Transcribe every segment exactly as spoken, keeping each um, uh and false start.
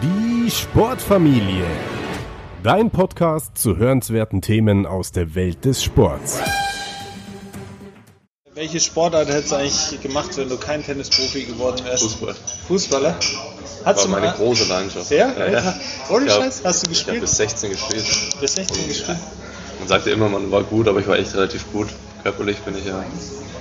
Die Sportfamilie. Dein Podcast zu hörenswerten Themen aus der Welt des Sports. Welche Sportart hättest du eigentlich gemacht, wenn du kein Tennisprofi geworden wärst? Fußball. Fußballer? Hast War du meine mal... große Leidenschaft. Ja? Ja, ja. Ohne Ich hab- Scheiß? Hast du Ich habe gespielt? bis sechzehn gespielt. Bis sechzehn gespielt? Man sagte immer, man war gut, aber ich war echt relativ gut. Körperlich bin ich ja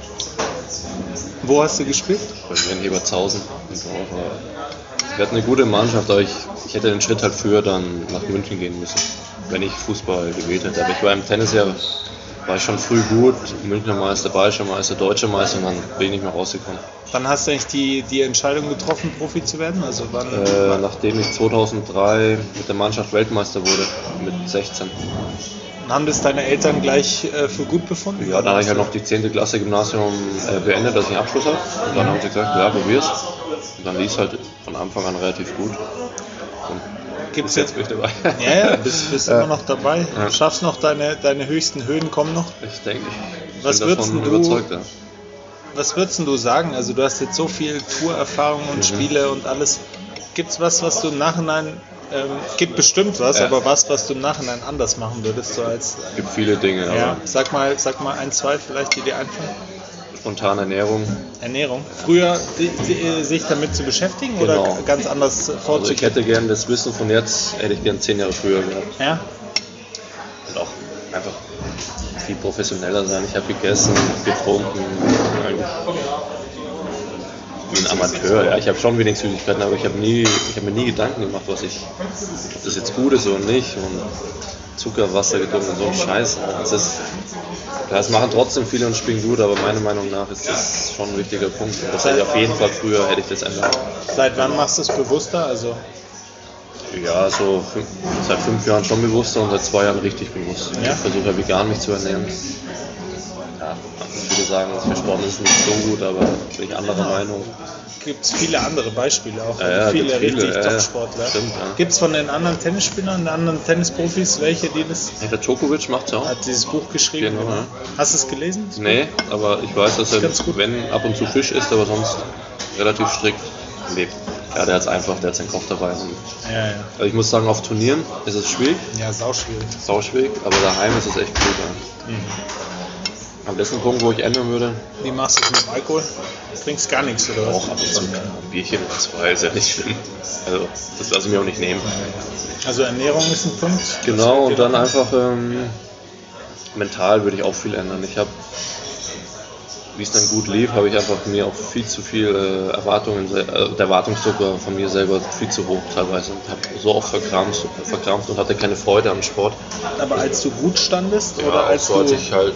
Wo hast du gespielt? bei mir in Hebertshausen. Und auch, äh, wir hatten eine gute Mannschaft, aber ich, ich hätte den Schritt halt früher dann nach München gehen müssen, wenn ich Fußball gewählt hätte. Aber ich war im Tennis ja, war ich schon früh gut, Münchner Meister, Bayerischer Meister, Deutscher Meister, und dann bin ich nicht mehr rausgekommen. Wann hast du eigentlich die, die Entscheidung getroffen, Profi zu werden? Also wann? Äh, nachdem ich zweitausenddrei mit der Mannschaft Weltmeister wurde, mit sechzehn. Haben das deine Eltern gleich äh, für gut befunden? Ja, dann habe ich halt noch die zehnte Klasse Gymnasium äh, beendet, dass ich einen Abschluss habe. Und dann haben sie gesagt, ja, probier's. Und dann lief es halt von Anfang an relativ gut. Und Gibt's bis jetzt bin ich dabei. Ja, ja, bist, bist immer noch dabei. Ja. Schaffst noch deine, deine höchsten Höhen, kommen noch. Ich denke, ich Was bin würdest davon du- überzeugt. Ja. Was würdest denn du sagen? Also du hast jetzt so viel Tourerfahrung und Mhm. Spiele und alles. Gibt's was, was du im Nachhinein, ähm, gibt bestimmt was, Ja. aber was, was du im Nachhinein anders machen würdest, so als, Es gibt viele Dinge, ja, aber sag mal, sag mal ein, zwei vielleicht, die dir einfallen. spontane Ernährung. Ernährung. Früher die, die, sich damit zu beschäftigen Genau. oder ganz anders Also ich vorzugehen? hätte gern das Wissen von jetzt, hätte ich gern zehn Jahre früher gehabt. Ja? Und auch einfach viel professioneller sein. Ich habe gegessen, getrunken, eigentlich wie ein Amateur. Ja. Ich habe schon wenig Süßigkeiten, aber ich habe nie, ich habe mir nie Gedanken gemacht, was ich, ob das jetzt gut ist oder nicht. Und Zucker, Wasser getrunken und so ein Scheiß. Das ist, klar, es machen trotzdem viele und spielen gut, aber meiner Meinung nach ist das schon ein wichtiger Punkt. Und das hätte ich auf jeden Fall früher, hätte ich das ändern. Seit wann machst du es bewusster? Also Ja, so fünf, seit fünf Jahren schon bewusster und seit zwei Jahren richtig bewusst. Ja? Ich versuche ja vegan mich zu ernähren. Ja, viele sagen, das für Sport ist nicht so gut, aber bin ich anderer Meinung. gibt es viele andere Beispiele auch. Ja, ja, viele gibt's viele, richtig ja, ja. Top-Sportler. Stimmt, ja. Gibt es von den anderen Tennisspielern, den anderen Tennisprofis, welche, die das... Ja, der Djokovic macht's ja auch. Hat dieses Buch geschrieben? Genau, oder? ja. Hast du es gelesen? Nee, aber ich weiß, dass er, Ganz gut. wenn ab und zu Fisch isst, aber sonst relativ strikt lebt. Ja, der hat's einfach, der hat seinen Koch dabei. Und Ja, ja. also ich muss sagen, auf Turnieren ist es schwierig, Ja, sauschwierig. sauschwierig, aber daheim ist es echt gut. Ja. Mhm. Aber das ist ein Punkt, wo ich ändern würde. Wie machst du es mit dem Alkohol? Trinkst gar nichts, oder was? Auch ab und zu ein Bierchen oder zwei ist ja nicht schlimm. Also das lasse ich mir auch nicht nehmen. Also Ernährung ist ein Punkt. Genau, und dann einfach ähm, mental würde ich auch viel ändern. Ich habe, wie es dann gut lief, habe ich einfach mir auch viel zu viel äh, Erwartungen, äh, der Erwartungsdruck war von mir selber viel zu hoch teilweise und habe so oft verkrampft, verkrampft und hatte keine Freude am Sport. Aber als du gut standest Ja, oder auch als so, als du... ich halt,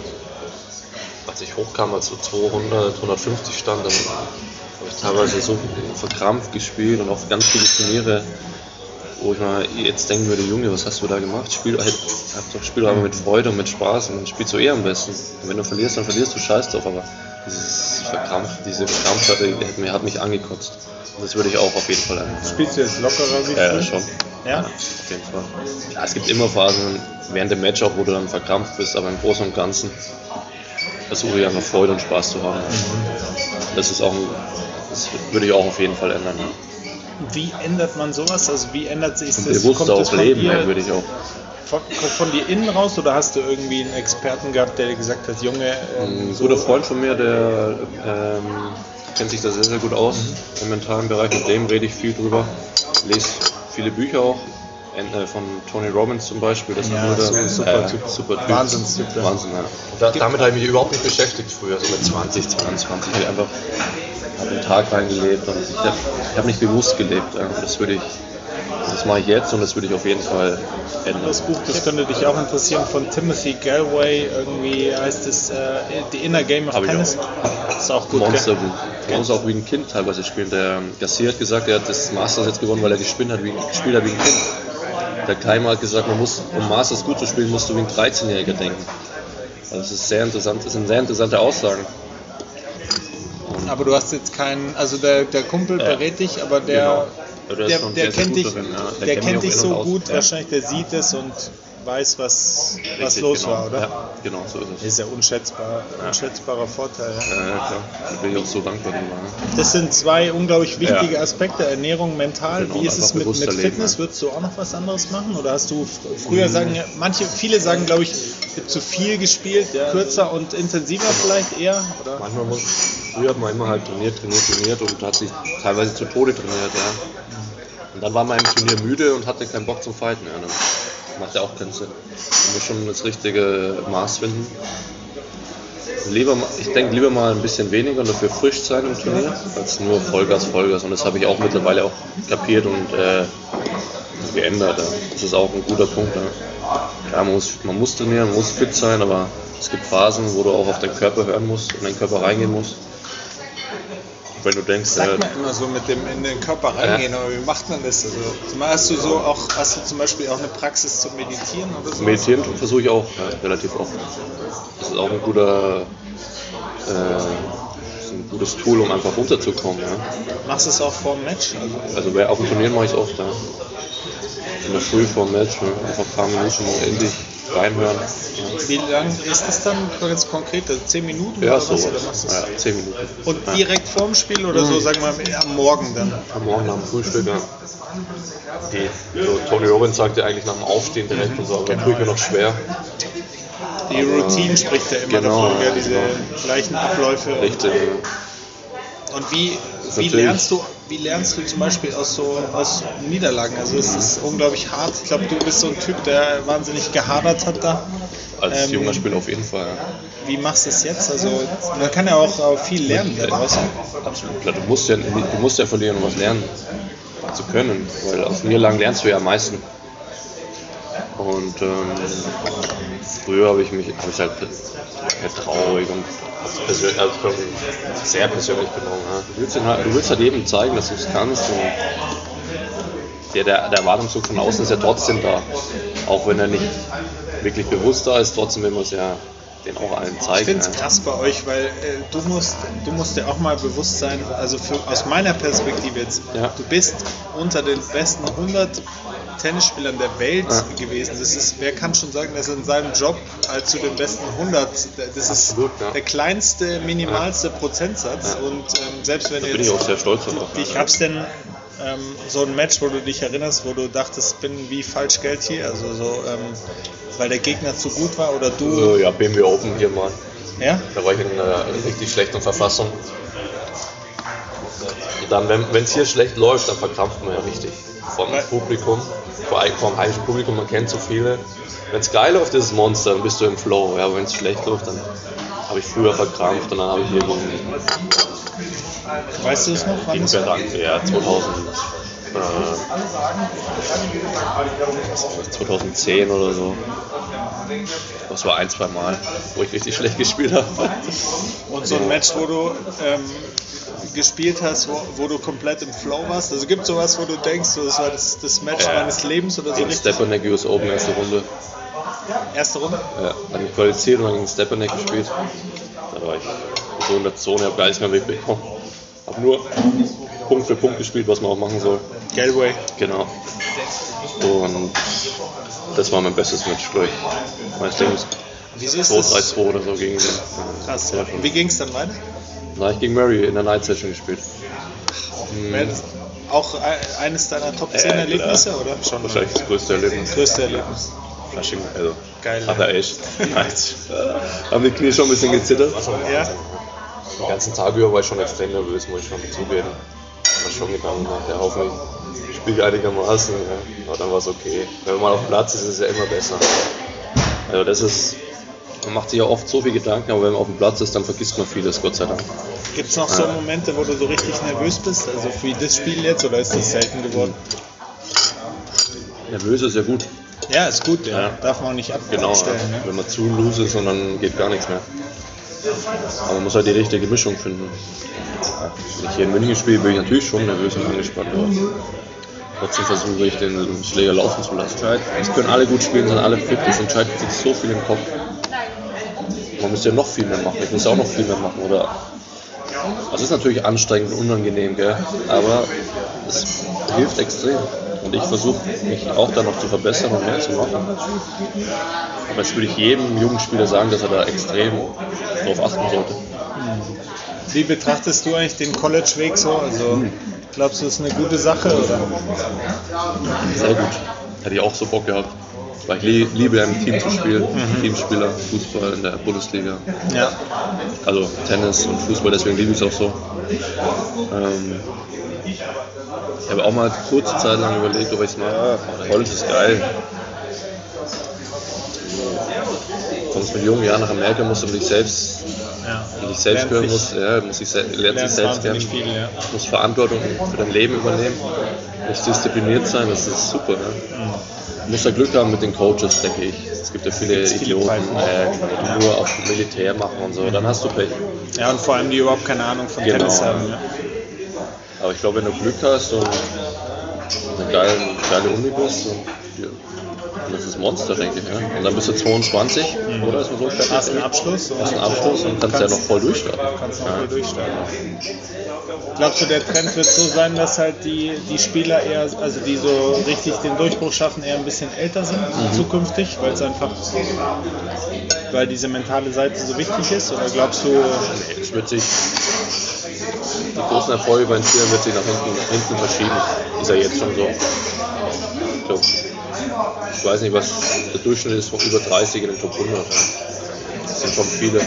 als ich hochkam, als so zweihundert, hundertfünfzig stand, dann habe ich teilweise so verkrampft gespielt und auch ganz viele Turniere, wo ich mal jetzt denken würde, Junge, was hast du da gemacht? Spiel, halt, hab doch, spiel doch einfach mit Freude und mit Spaß und dann spielst du eh am besten. Und wenn du verlierst, dann verlierst du scheiß drauf, aber dieses Verkrampf, diese Verkrampftheit, die hat mich, hat mich angekotzt. Und das würde ich auch auf jeden Fall ändern. Spielst du jetzt lockerer wie Ja, früher? ja, schon. Ja? Auf jeden Fall. Ja, es gibt immer Phasen während dem Match auch, wo du dann verkrampft bist, aber im Großen und Ganzen versuche ich einfach Freude und Spaß zu haben. Das ist auch, ein, das würde ich auch auf jeden Fall ändern. Ja. Wie ändert man sowas? Also wie ändert sich das? Und bewusster Kommt das auch von leben, dir- ja, würde ich auch. Von, kommt von dir innen raus oder hast du irgendwie einen Experten gehabt, der dir gesagt hat, Junge, ähm, Ein so- guter Freund von mir, der ähm, kennt sich da sehr, sehr gut aus im mentalen Bereich. Mit dem rede ich viel drüber. Lese viele Bücher auch. Äh, Von Tony Robbins zum Beispiel. Das ist Ja, ein guter, so- super äh, Typ. super Typ. Wahnsinnstyp, ja. Wahnsinn, ja. Da, damit habe ich mich überhaupt nicht beschäftigt früher, so mit zwanzig, zweiundzwanzig. Ich habe einfach hab den Tag reingelebt und ich habe hab nicht bewusst gelebt. Ja. Das würde ich, das mache ich jetzt und das würde ich auf jeden Fall ändern. Das Buch, das könnte dich auch interessieren, von Timothy Galway, irgendwie heißt es äh, The Inner Game of Hab ich Tennis. Ist auch gut, Monster, gell? man muss auch wie ein Kind teilweise spielen. Der Garcia hat gesagt, er hat das Masters jetzt gewonnen, weil er gespielt hat wie, gespielt hat wie ein Kind. Der Keimer hat gesagt, man muss, um Masters gut zu spielen, musst du wie ein dreizehnjähriger denken. Also das ist sehr interessant, das sind sehr interessante Aussagen. Aber du hast jetzt keinen, also der, der Kumpel Ja. berät dich, aber der, Genau. Ja, der ist der, schon der sehr, sehr kennt gut dich, darin, ja. Der der kennt kennt mich dich auch in- so und aus. gut, Ja. wahrscheinlich der sieht es und weiß, was, was Richtig, los genau. war, oder? Ja, genau, so ist es. Das ist ja unschätzbar, unschätzbarer Vorteil. Ja. Ja, ja, klar. Da bin ich auch so dankbar drüber. Ne? Das sind zwei unglaublich wichtige Ja. Aspekte, Ernährung, mental. Genau, Wie ist es einfach mit, bewusster mit leben, Fitness? ja. Würdest du auch noch was anderes machen? Oder hast du f- früher sagen, ja, manche, viele sagen, glaube ich, zu viel gespielt, kürzer und intensiver vielleicht eher? Oder? Manchmal muss, früher hat man immer halt trainiert, trainiert, trainiert und hat sich teilweise zu Tode trainiert, ja. Und dann war man im Turnier müde und hatte keinen Bock zum Fighten, ja. Dann macht ja auch keinen Sinn. Man muss schon das richtige Maß finden. Lieber, ich denke lieber mal ein bisschen weniger und dafür frisch sein im Turnier, als nur Vollgas, Vollgas. Und das habe ich auch mittlerweile auch kapiert und äh, geändert. Ja. Das ist auch ein guter Punkt. Ja. Ja, man, muss, man muss trainieren, man muss fit sein, aber es gibt Phasen, wo du auch auf deinen Körper hören musst, in deinen Körper reingehen musst. Wenn du denkst, Sagt äh, man immer so mit dem in den Körper reingehen, Ja. aber wie macht man das? Also, hast du so auch, hast du zum Beispiel auch eine Praxis zum Meditieren oder so? meditieren versuche ich auch ja, relativ oft. Das ist auch ein guter, äh, ist ein gutes Tool, um einfach runterzukommen. Ja. Machst du es auch vor dem Match? Also, Also wer auf dem Turnier mache ich es oft. Ja. In der Früh vor dem Match, ja. Einfach ein paar Minuten endlich reinhören. Ja. wie lang ist das dann ganz konkret? Also zehn Minuten Ja, oder so. was? Oder machst du es? Ja, zehn Minuten. Und ja. direkt vorm Spiel oder so, sagen wir mal, am Morgen dann? Am Morgen nach dem Frühstück, ja. Die, so Tony Robbins sagt ja eigentlich nach dem Aufstehen direkt Mhm, und so, aber genau. dann tue ich mir noch schwer. Die Routine spricht ja immer Genau, davon, ja, diese genau. gleichen Abläufe. Richtig. Und wie, ist wie, natürlich- lernst du, wie lernst du zum Beispiel aus so aus Niederlagen? Also es ist unglaublich hart. Ich glaube, du bist so ein Typ, der wahnsinnig gehadert hat da. Als Ähm, junger Spieler auf jeden Fall. Ja. Wie machst du es jetzt? Also man kann ja auch äh, viel lernen daraus. Absolut. Klar, du musst ja, du musst ja verlieren, um was lernen zu können, weil aus Niederlagen lernst du ja am meisten. Und ähm, früher habe ich mich hab ich halt halt traurig und hab's persönlich, also schon sehr persönlich genommen. Ja. Du, willst halt, du willst halt jedem zeigen, dass du es kannst. Und der, der, der Erwartungsdruck von außen ist ja trotzdem da. Auch wenn er nicht wirklich bewusst da ist, trotzdem will man es ja den auch allen zeigen. Ich finde es ja. krass bei euch, weil äh, du musst du musst dir auch mal bewusst sein, also für, aus meiner Perspektive jetzt, Ja. du bist unter den besten hundert Tennisspielern der Welt Ja. gewesen. Das ist, wer kann schon sagen, dass er in seinem Job halt zu den besten hundert, das ist Absolut, ja. der kleinste, minimalste Prozentsatz. Ja. Und ähm, selbst wenn Da du bin ich jetzt, auch sehr stolz drauf. wie gab es denn ähm, so ein Match, wo du dich erinnerst, wo du dachtest, bin wie falsch Geld hier, also so, ähm, weil der Gegner zu gut war oder du, Äh, ja, B M W Open hier mal. ja? Da war ich in einer richtig schlechten Verfassung. Und dann, wenn es hier schlecht läuft, dann verkrampft man ja richtig. Vom Weil- Publikum, vor allem vom heimischen Publikum, man kennt so viele. Wenn es geil läuft, ist es Monster, dann bist du im Flow. Ja, aber wenn es schlecht läuft, dann habe ich früher verkrampft und dann habe ich hier gegen, Weißt du es noch? Wann gegen das war? Berang, ja, zweitausend, äh, zweitausendzehn oder so. Das war ein, zwei Mal, wo ich richtig schlecht gespielt habe. Und so ein Match, wo du ähm, gespielt hast, wo, wo du komplett im Flow warst? Also gibt es sowas, wo du denkst, so, das war das, das Match Ja. meines Lebens oder so Gegen richtig? Stepanek U S Open erste Runde. Erste Runde? Ja, dann qualifiziert und dann gegen Stepanek gespielt. Da war ich so in der Zone, habe gar nichts mehr wegbekommen. Habe nur Punkt für Punkt gespielt, was man auch machen soll. Galway. Genau. Und das war mein bestes Match, glaube ich. Mein Ding ist Wieso ist zwei drei das zwei oder so gegen den. krass? Ja, Und wie ging es dann weiter? Da habe ich gegen Murray in der Night Session gespielt. Wäre das auch e- eines deiner Top zehn Ja, Erlebnisse, klar. oder? Schon Wahrscheinlich das größte Erlebnis. das größte Erlebnis. Flushing, also. Geil. Hat er echt. Nice. Haben die Knie schon ein bisschen gezittert. Ja? Den ganzen Tag über war ich schon extrem nervös, muss ich schon zugeben. Ich war schon gedacht, der hoffentlich spielt einigermaßen, ja. Aber dann war es okay. Wenn man auf dem Platz ist, ist es ja immer besser. Also das ist, man macht sich ja oft so viel Gedanken, aber wenn man auf dem Platz ist, dann vergisst man vieles, Gott sei Dank. Gibt es noch so Momente, wo du so richtig nervös bist? Also wie das Spiel jetzt, oder ist das selten geworden? Nervös ist ja gut. Ja, ist gut, ja. Ja. Darf man auch nicht ab Genau, abstellen. ja. Ne? Wenn man zu loose ist und dann geht gar nichts mehr. Aber man muss halt die richtige Mischung finden. Wenn ich hier in München spiele, bin ich natürlich schon nervös und angespannt. Aber trotzdem versuche ich, den Schläger laufen zu lassen. Es können alle gut spielen, sind alle fit, es entscheidet sich so viel im Kopf. Man muss ja noch viel mehr machen, ich muss ja auch noch viel mehr machen. Oder das ist natürlich anstrengend und unangenehm, gell? Aber es hilft extrem. Und ich versuche mich auch da noch zu verbessern und mehr zu machen. Aber jetzt würde ich jedem jungen Spieler sagen, dass er da extrem drauf achten sollte. Wie betrachtest du eigentlich den College-Weg so? Also glaubst du, das ist eine gute Sache? Oder? Sehr gut. Hätte ich auch so Bock gehabt. Weil ich li- liebe im Team zu spielen, mhm. Teamspieler, Fußball in der Bundesliga. Ja. Also Tennis und Fußball, deswegen liebe ich es auch so. Ähm, ich habe auch mal kurze Zeit lang überlegt, ob ich es mache. College ist geil. Du kommst mit jungen Jahren nach Amerika, musst du dich selbst, ja. dich selbst hören, musst, ja, musst dich se- lernst dich selbst kennen, viel, ja. musst Verantwortung für dein Leben übernehmen, musst diszipliniert sein, das ist super. Ne? Mhm. Du musst ja Glück haben mit den Coaches, denke ich. Es gibt ja viele Idioten, äh, die nur auf Militär machen und so, dann hast du Pech. Ja, und vor allem die überhaupt keine Ahnung von genau. Tennis haben. Ja. Aber ich glaube, wenn du Glück hast und eine geile, geile Uni bist, und, ja, das ist Monster, denke ich. Ja. Und dann bist du zweiundzwanzig, mhm. oder? Ist man so fertig? Hast einen Abschluss? Hast einen Abschluss und kannst, kannst ja noch voll durchstarten. Kannst noch ja. voll durchstarten. Glaubst du, der Trend wird so sein, dass halt die, die Spieler eher, also die so richtig den Durchbruch schaffen, eher ein bisschen älter sind, mhm. zukünftig, weil es einfach, weil diese mentale Seite so wichtig ist? Oder glaubst du... Nee, es wird sich... Die großen Erfolge bei den Spielern wird sich nach hinten, hinten verschieben. Ist ja jetzt schon so. Ich, glaub, ich weiß nicht, was der Durchschnitt ist von über dreißig in den Top hundert. Das sind schon viele.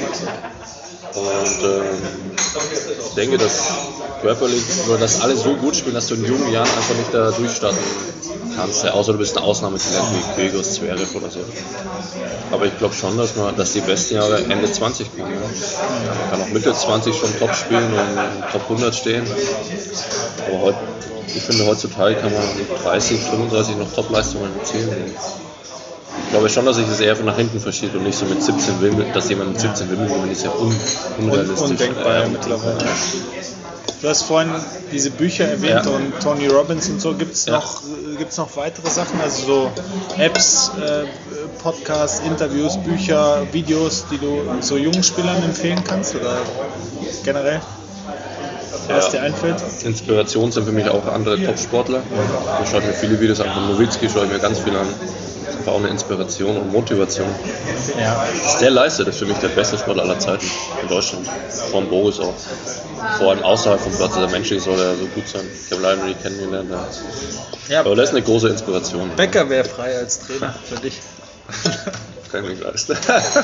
Und ähm, ich denke, dass körperlich, oder dass alle so gut spielen, dass du in jungen Jahren einfach nicht da durchstarten kannst. Ja, außer du bist ein Ausnahmetalent wie Kyrgios, Zverev oder so. Aber ich glaube schon, dass man, dass die besten Jahre Ende zwanzig kommen. Ja. Man kann auch Mitte zwanzig schon top spielen und Top hundert stehen. Aber heute, ich finde, heutzutage kann man mit dreißig, fünfunddreißig noch Top-Leistungen erzielen. Ich glaube schon, dass sich das eher nach hinten verschiebt und nicht so mit siebzehn Wimbledon, dass jemand mit siebzehn Wimbledon ist ja un- unrealistisch. Undenkbar ja, mittlerweile. Du hast vorhin diese Bücher erwähnt ja. und Tony Robbins und so. Gibt es ja. noch, gibt's noch weitere Sachen, also so Apps, äh, Podcasts, Interviews, Bücher, Videos, die du so jungen Spielern empfehlen kannst oder generell? Was ja. dir einfällt? Inspiration sind für mich auch andere Top-Sportler. Ich schaue mir viele Videos an, von Nowitzki schaue ich mir ganz viel an. Das ist einfach auch eine Inspiration und Motivation. Ja. Was der leistet, ist für mich der beste Sportler aller Zeiten in Deutschland. Von Boris auch. Vor allem außerhalb vom Platz, also menschlich soll er so gut sein. Ich habe leider noch nie kennengelernt. Ja. Aber das ist eine große Inspiration. Becker wäre frei als Trainer für dich. Kann ich mir nicht leisten.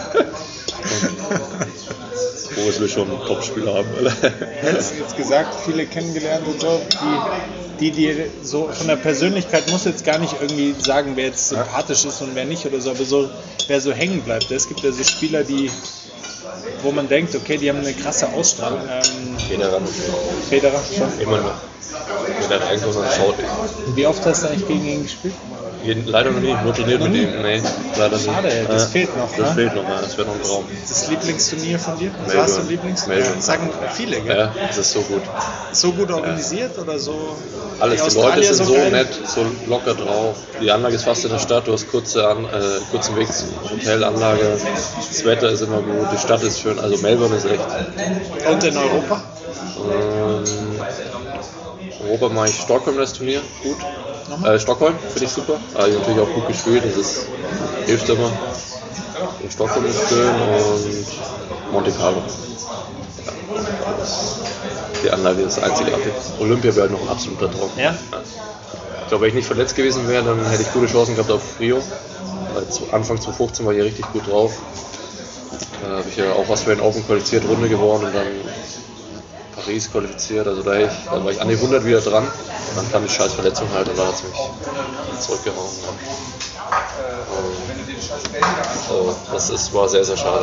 Boris will schon einen Top-Spieler haben. Du hast jetzt gesagt, viele kennengelernt und so, die, die, die so von der Persönlichkeit muss jetzt gar nicht irgendwie sagen, wer jetzt sympathisch ist und wer nicht oder so, aber so, wer so hängen bleibt. Es gibt ja so Spieler, die, wo man denkt, okay, die haben eine krasse Ausstrahlung. Ähm, Federer. Federer schon. Immer noch. Wenn er reinkommt, dann schaut er. Wie oft hast du eigentlich gegen ihn gespielt? Leider noch nie, nur trainiert mit ihm. Nee, leider Schade, nicht. das äh, fehlt noch. Das ne? fehlt noch, ja. Das wäre noch ein Traum. Das Lieblingsturnier von dir? Melbourne. Hast du ein Lieblingsturnier? Ja, sagen viele, gell? Ja, das ist so gut. So gut organisiert ja. oder so? Alles, die, die Leute sind so, so nett, so locker drauf. Die Anlage ist fast in der Stadt, du hast kurze An- äh, kurzen Weg zur Hotelanlage. Das Wetter ist immer gut, die Stadt ist schön. Also Melbourne ist echt. Und in Europa? Ähm, Europa mache ich Stockholm das Turnier, gut. Äh, Stockholm finde ich super, also natürlich auch gut gespielt, das ist, hilft immer. Und Stockholm ist schön und Monte Carlo. Ja. Die Anlage ist einzigartig. Olympia wäre halt noch ein absoluter Traum. Ja? Ich glaube, wenn ich nicht verletzt gewesen wäre, dann hätte ich gute Chancen gehabt auf Rio. Anfang zwanzig fünfzehn war ich ja richtig gut drauf. Da habe ich ja auch was für den Open qualifiziert, Runde gewonnen und dann Paris qualifiziert, also da, ich, da war ich an die hundert wieder dran und dann kam die scheiß Verletzung halt und dann hat es mich zurückgehauen. Also das ist, war sehr, sehr schade.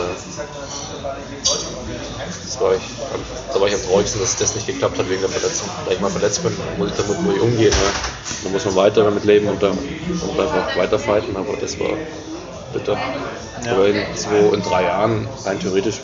Das war ich, da war ich am traurigsten, dass das nicht geklappt hat wegen der Verletzung. Da ich mal verletzt bin, muss ich damit nur umgehen. Ne? Da muss man weiter damit leben und, da, und einfach weiter fighten, aber das war bitter. Ja. Aber in, so in drei Jahren, rein theoretisch,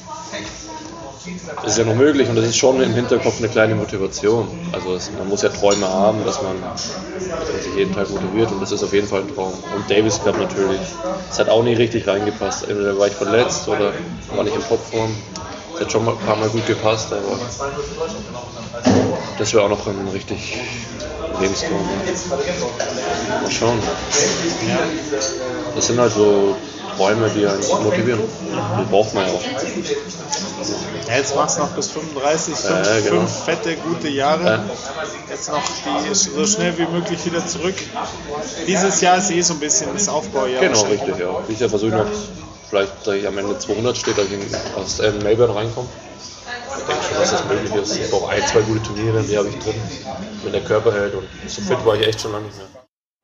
ist es ja noch möglich und das ist schon im Hinterkopf eine kleine Motivation. Also es, man muss ja Träume haben, dass man, dass man sich jeden Tag motiviert und das ist auf jeden Fall ein Traum. Und Davis Cup natürlich. Es hat auch nicht richtig reingepasst. Entweder war ich verletzt oder war nicht in Topform. Es hat schon mal ein paar Mal gut gepasst, aber das wäre auch noch ein richtig, Lebenstraum. Mal schauen. Das sind halt so Träume, die einen motivieren. Die braucht man ja auch. Ja, jetzt machst du noch bis fünfunddreißig, fünf, ja, genau. fünf fette, gute Jahre. Ja. Jetzt noch die so schnell wie möglich wieder zurück. Dieses Jahr ist eh so ein bisschen das Aufbaujahr. Genau, richtig, ja. Ich ja versuche noch, vielleicht, dass ich am Ende zweihundert steht, dass ich aus Melbourne reinkomme. Ich denke schon, dass das möglich ist. Ich brauche ein, zwei gute Turniere, die habe ich drin, wenn der Körper hält. Und so fit war ich echt schon lange nicht mehr.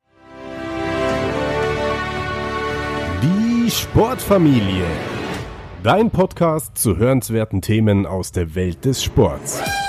Die Sportfamilie. Dein Podcast zu hörenswerten Themen aus der Welt des Sports.